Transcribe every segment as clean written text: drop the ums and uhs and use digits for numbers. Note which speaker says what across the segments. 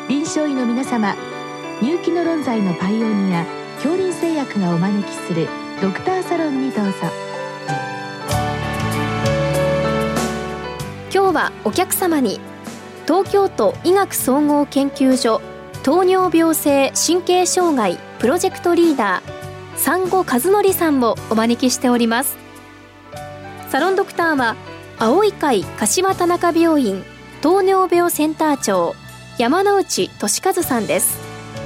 Speaker 1: 臨床医の皆様、入気の論剤のパイオニア杏林製薬がお招きするドクターサロンにどうぞ。
Speaker 2: 今日はお客様に東京都医学総合研究所糖尿病性神経障害プロジェクトリーダー産後和則さんをお招きしております。サロンドクターは青い会柏田中病院糖尿病センター長山内俊和さんです。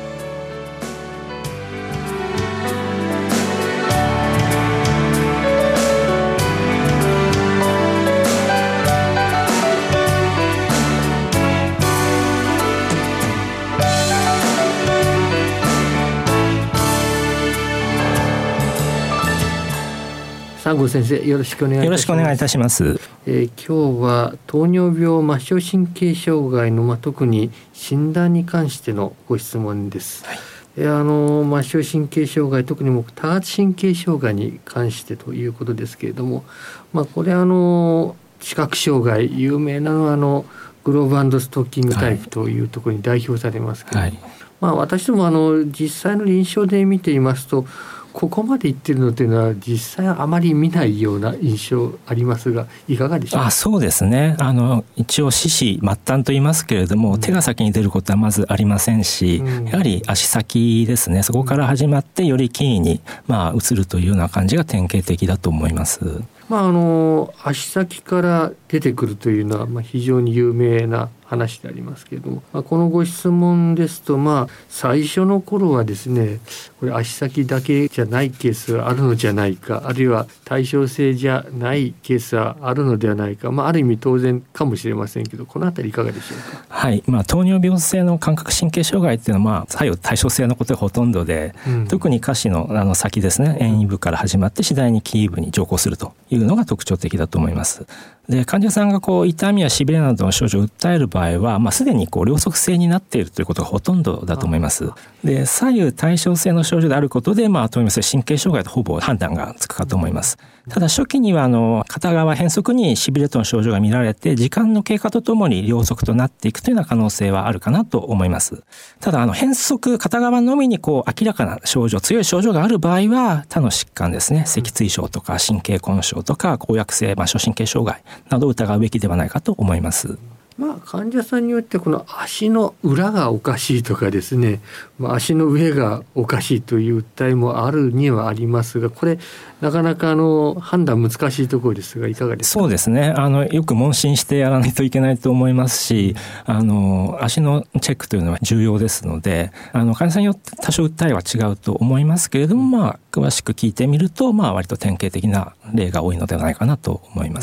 Speaker 3: 三郷先生、よろしくお願いいたします。
Speaker 4: よろしくお願いいたします。
Speaker 3: 今日は糖尿病末梢神経障害の、特に診断に関してのご質問です。はい、末梢神経障害、特にも多発神経障害に関してということですけれども、これ視覚障害有名なのはグローブ&ストッキングタイプというところに代表されますけれども、私ども実際の臨床で見ていますと、ここまでいってるのというのは実際はあまり見ないような印象ありますが、いかがでしょうか。
Speaker 4: そうですね。一応四肢末端と言いますけれども、手が先に出ることはまずありませんし、やはり足先ですね。そこから始まってよりキーに移るというような感じが典型的だと思います。
Speaker 3: 足先から出てくるというのは非常に有名な話でありますけれども、このご質問ですと、最初の頃はですね、これ足先だけじゃないケースがあるのじゃないか、あるいは対称性じゃないケースはあるのではないか、ある意味当然かもしれませんけど、このあたりいかがでしょうか。
Speaker 4: はい、糖尿病性の感覚神経障害っていうのは左右対称性のことがほとんどで、特に下肢の先ですね、遠位部から始まって次第にキー部に上行するというのが特徴的だと思います。で、患者さんが痛みやしびれなどの症状を訴える場合は、すでに両側性になっているということがほとんどだと思います。で、左右対称性の症状であることで、糖尿病性神経障害とほぼ判断がつくかと思います。ただ初期には片側変側にしびれとの症状が見られて、時間の経過とともに両側となっていくというような可能性はあるかなと思います。ただ変側片側のみに明らかな症状、強い症状がある場合は他の疾患ですね、脊椎症とか神経根症とか後訳性末梢神経障害などを疑うべきではないかと思います。
Speaker 3: 患者さんによってこの足の裏がおかしいとかですね、足の上がおかしいという訴えもあるにはありますが、これなかなか判断難しいところですが、いかがですか。
Speaker 4: そうですね。よく問診してやらないといけないと思いますし、足のチェックというのは重要ですので、患者さんによって多少訴えは違うと思いますけれども、詳しく聞いてみると、割と典型的な例が多いのではないかなと思います。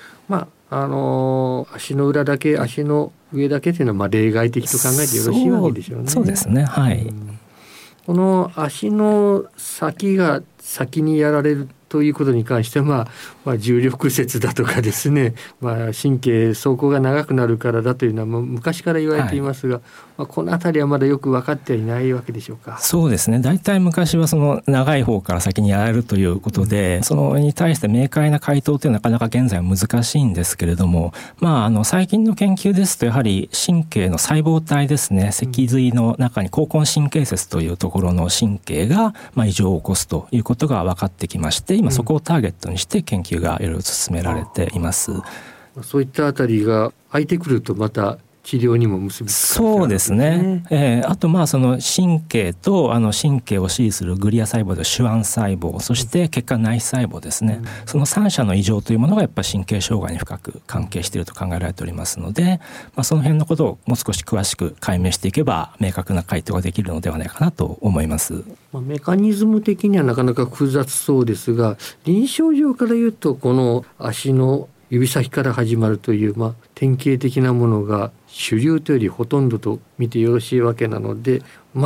Speaker 3: 足の裏だけ、足の上だけというのは例外的と考えてよろしいわけでしょうね。
Speaker 4: そうですね。はい。
Speaker 3: この足の先が先にやられるということに関しては、重力説だとかですね、神経走行が長くなるからだというのは昔から言われていますが、このあたりはまだよく分かっていないわけでしょうか。
Speaker 4: そうですね。大体昔はその長い方から先にやられるということで、そのに対して明快な回答というのはなかなか現在は難しいんですけれども、最近の研究ですとやはり神経の細胞体ですね、脊髄の中に交感神経節というところの神経が異常を起こすということが分かってきまして、今そこをターゲットにして研究がいろいろ進められています。
Speaker 3: そういったあたりが空いてくるとまた治療にも結びつく、
Speaker 4: そうですね。あとその神経と神経を支持するグリア細胞と手腕細胞、そして血管内細胞ですね、その3者の異常というものがやっぱり神経障害に深く関係していると考えられておりますので、その辺のことをもう少し詳しく解明していけば明確な回答ができるのではないかなと思います。
Speaker 3: メカニズム的にはなかなか複雑そうですが、臨床上から言うとこの足の指先から始まるという、典型的なものが主流というよりほとんどと見てよろしいわけなので、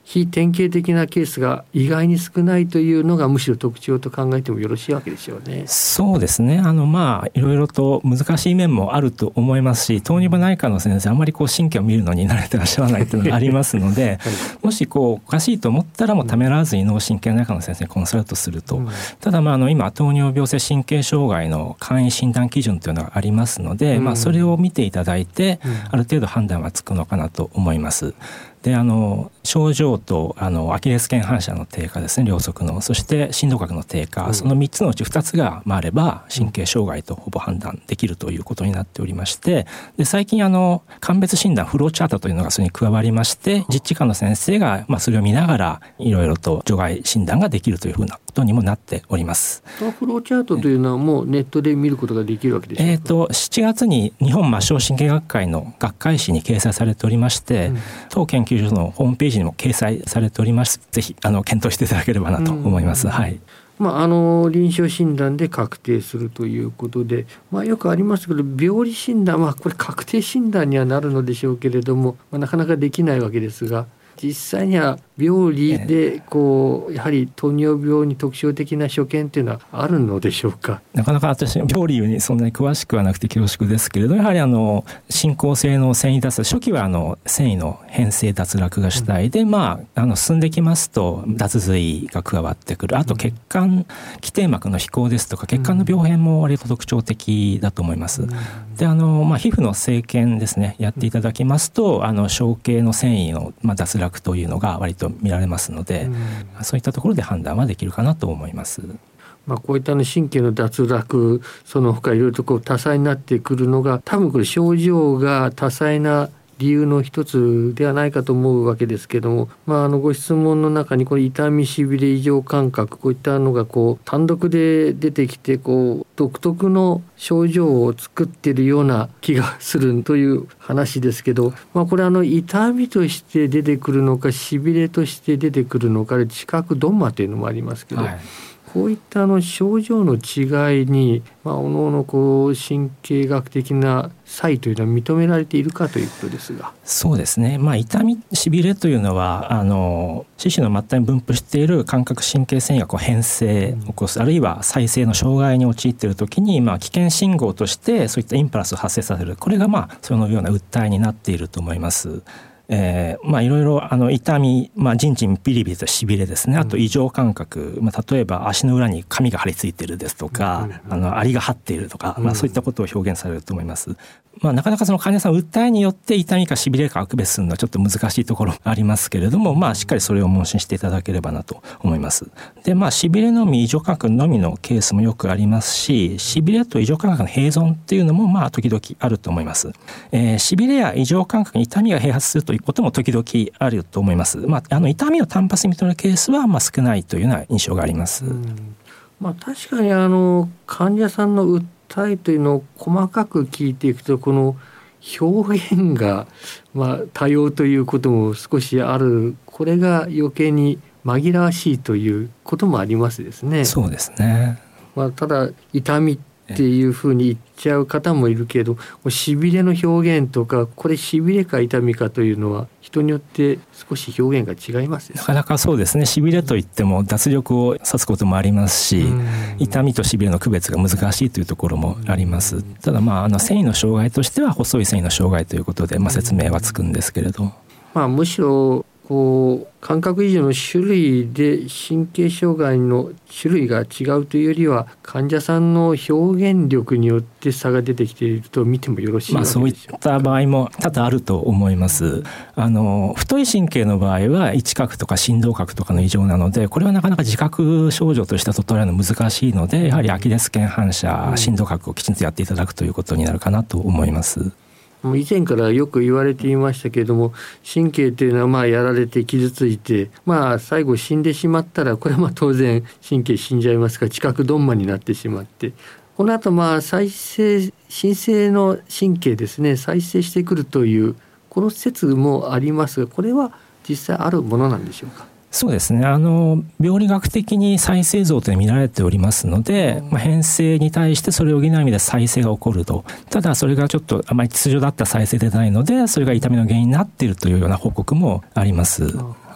Speaker 3: 非典型的なケースが意外に少ないというのがむしろ特徴と考えてもよろしいわけでしょうね。
Speaker 4: そうですね。いろいろと難しい面もあると思いますし、糖尿病内科の先生あんまり神経を見るのに慣れてらっしゃらないというのがありますので、はい、もしおかしいと思ったらもうためらわずに脳神経内科の先生にコンサルトすると、ただ今糖尿病性神経障害の簡易診断基準というのがありますので、それを見ていただいて、ある程度判断はつくのかなと思います。で症状とアキレス腱反射の低下ですね、両側の、そして心動角の低下、その3つのうち2つがあれば神経障害とほぼ判断できるということになっておりまして、で最近鑑別診断フローチャートというのがそれに加わりまして、実地科の先生がそれを見ながらいろいろと除外診断ができるというふうなことにもなっております。
Speaker 3: フローチャートというのはもうネットで見ることができるわけでしょうか。
Speaker 4: 7月に日本末梢神経学会の学会誌に掲載されておりまして、当研究所のホームページにも掲載されております。ぜひ検討していただければなと思います。はい。
Speaker 3: 臨床診断で確定するということで、よくありますけど、病理診断これ確定診断にはなるのでしょうけれども、なかなかできないわけですが、実際には病理でやはり糖尿病に特徴的な所見というのはあるのでしょうか。
Speaker 4: なかなか私病理にそんなに詳しくはなくて恐縮ですけれど、やはり進行性の繊維脱落、初期は繊維の変性脱落が主体で、進んできますと脱髄が加わってくる、あと血管基底膜の飛行ですとか血管の病変も割と特徴的だと思います。で皮膚の生検ですね、やっていただきますと小径の繊維の脱落というのが割と見られますので、そういったところで判断はできるかなと思います。
Speaker 3: こういった神経の脱落、その他いろいろと多彩になってくるのが、多分これ症状が多彩な理由の一つではないかと思うわけですけども、ご質問の中にこれ痛み、しびれ、異常感覚、こういったのが単独で出てきて独特の症状を作っているような気がするという話ですけど、これ痛みとして出てくるのか、しびれとして出てくるのか、知覚ドンマというのもありますけど、こういった症状の違いにおのおの神経学的な差異というのは認められているかということですが。
Speaker 4: そうですね、痛み、しびれというのは四肢の末端に分布している感覚神経線維が変性を起こす、あるいは再生の障害に陥っているときに危険信号としてそういったインパルスを発生させる、これがそのような訴えになっていると思います。いろいろ痛み、じんじんピリピリとしびれですね、あと異常感覚、例えば足の裏に紙が張り付いているですとか、アリが張っているとか、そういったことを表現されると思います。なかなかその患者さんの訴えによって痛みかしびれか区別するのはちょっと難しいところありますけれども、しっかりそれを問診していただければなと思います。でしびれのみ異常感覚のみのケースもよくありますし、しびれと異常感覚の併存っていうのも時々あると思います。しびれや異常感覚に痛みが併発するということも時々あると思います。痛みを単発に認めるケースは少ないというような印象があります。
Speaker 3: 確かに患者さんの訴えというのを細かく聞いていくと、この表現が多様ということも少しある、これが余計に紛らわしいということもありますですね。
Speaker 4: そうですね。
Speaker 3: ただ痛みっていうふうに言っちゃう方もいるけど、しびれの表現とか、これしびれか痛みかというのは人によって少し表現が違いますね。
Speaker 4: なかなかそうですね。しびれといっても脱力を指すこともありますし、痛みとしびれの区別が難しいというところもあります。ただ繊維の障害としては細い繊維の障害ということで、説明はつくんですけれど、
Speaker 3: むしろ感覚異常の種類で神経障害の種類が違うというよりは、患者さんの表現力によって差が出てきていると見てもよろしいわけでしょうか。
Speaker 4: そういった場合も多々あると思います。太い神経の場合は位置覚とか振動覚とかの異常なので、これはなかなか自覚症状として捉えるの難しいので、やはりアキレス腱反射、振動覚をきちんとやっていただくということになるかなと思います。
Speaker 3: 以前からよく言われていましたけれども、神経というのはやられて傷ついて、最後死んでしまったら、これは当然神経死んじゃいますから、知覚ドンマになってしまって、この後再生、新生の神経ですね、再生してくるというこの説もありますが、これは実際あるものなんでしょうか。
Speaker 4: そうですね。病理学的に再生像というのは見られておりますので、変性に対してそれを補う意味で再生が起こると。ただそれがちょっとあまり秩序だった再生でないので、それが痛みの原因になっているというような報告もあります。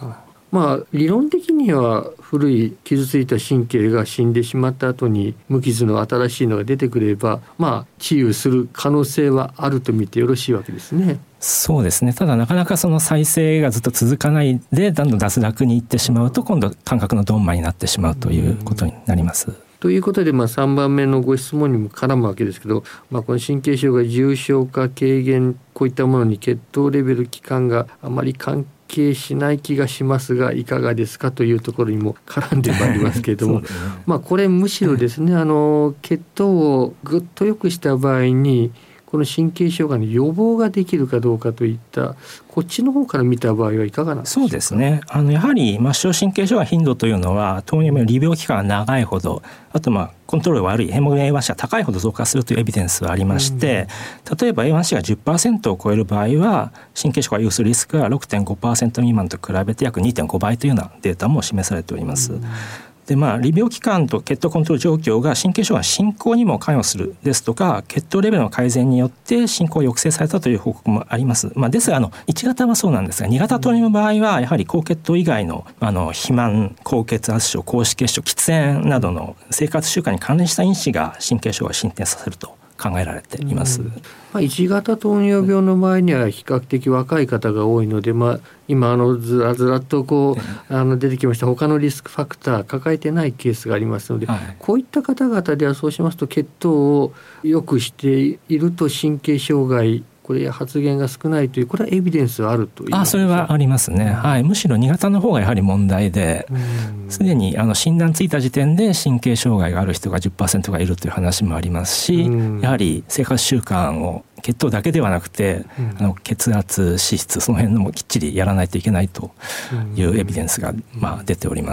Speaker 3: 理論的には古い傷ついた神経が死んでしまった後に無傷の新しいのが出てくれば、治癒する可能性はあると見てよろしいわけですね。
Speaker 4: そうですね。ただなかなかその再生がずっと続かないでだんだん脱落に行ってしまうと、今度感覚のドンマになってしまうということになります。
Speaker 3: ということで、3番目のご質問にも絡むわけですけど、この神経障害重症化軽減、こういったものに血糖レベル期間があまり関係しない気がしますが、いかがですかというところにも絡んでまいりますけれども、これむしろですね、血糖をぐっと良くした場合にこの神経障害の予防ができるかどうかといったこっちの方から見た場合はいかがなんでしょうか。
Speaker 4: そうですね。やはり末梢神経障害頻度というのは糖尿病の利病期間が長いほど、あとコントロールが悪いヘモグロビン A1C が高いほど増加するというエビデンスはありまして、例えば A1C が 10% を超える場合は神経障害を有するリスクが 6.5% 未満と比べて約 2.5 倍というようなデータも示されております。で利病期間と血糖コントロール状況が神経障害の進行にも関与するですとか、血糖レベルの改善によって進行を抑制されたという報告もあります。ですが1型はそうなんですが、2型糖尿の場合はやはり高血糖以外の肥満、高血圧症、高脂血症、喫煙などの生活習慣に関連した因子が神経障害を進展させると考えられています。
Speaker 3: 1型糖尿病の場合には比較的若い方が多いので、今ずらっと出てきました他のリスクファクター抱えてないケースがありますので、こういった方々ではそうしますと血糖を良くしていると神経障害、これ発現が少ないという、これはエビデンスはあるという。
Speaker 4: それはありますね。むしろ2型の方がやはり問題で、すでに診断ついた時点で神経障害がある人が 10% がいるという話もありますし、やはり生活習慣を血糖だけではなくて、血圧、脂質、その辺のもきっちりやらないといけないというエビデンスが出ております。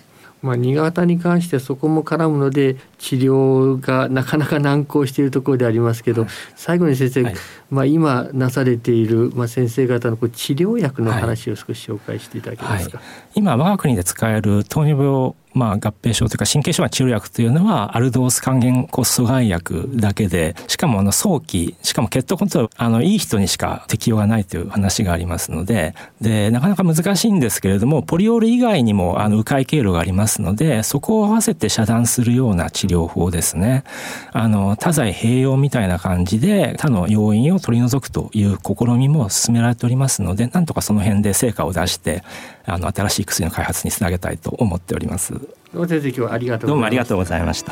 Speaker 3: 2型に関してはそこも絡むので治療がなかなか難航しているところでありますけど、最後に先生、今なされている、先生方の治療薬の話を少し紹介していただけますか。
Speaker 4: 今我が国で使える糖尿病合併症というか神経障害治療薬というのはアルドース還元コス阻害薬だけで、しかも早期、しかも血糖コントロールいい人にしか適用がないという話がありますので、なかなか難しいんですけれども、ポリオール以外にも迂回経路がありますので、そこを合わせて遮断するような治療法ですね。多剤併用みたいな感じで他の要因を取り除くという試みも進められておりますので、なんとかその辺で成果を出して新しい薬の開発につなげたいと思っております。
Speaker 3: 先生、今日はありがとうございました。
Speaker 4: どうもありがとうございました。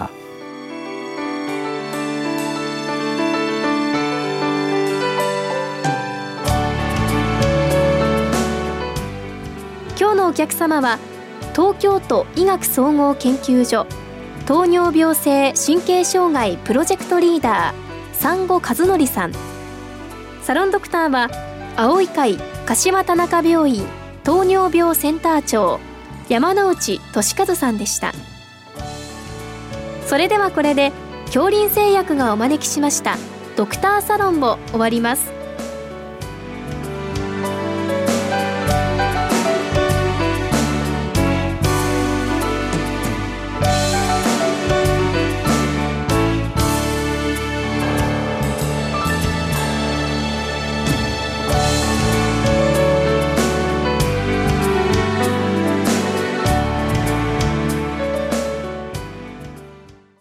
Speaker 2: 今日のお客様は東京都医学総合研究所糖尿病性神経障害プロジェクトリーダー産後和則さん。サロンドクターは青い会柏田中病院糖尿病センター長山内俊和さんでした。それではこれで恐林製薬がお招きしましたドクターサロンを終わります。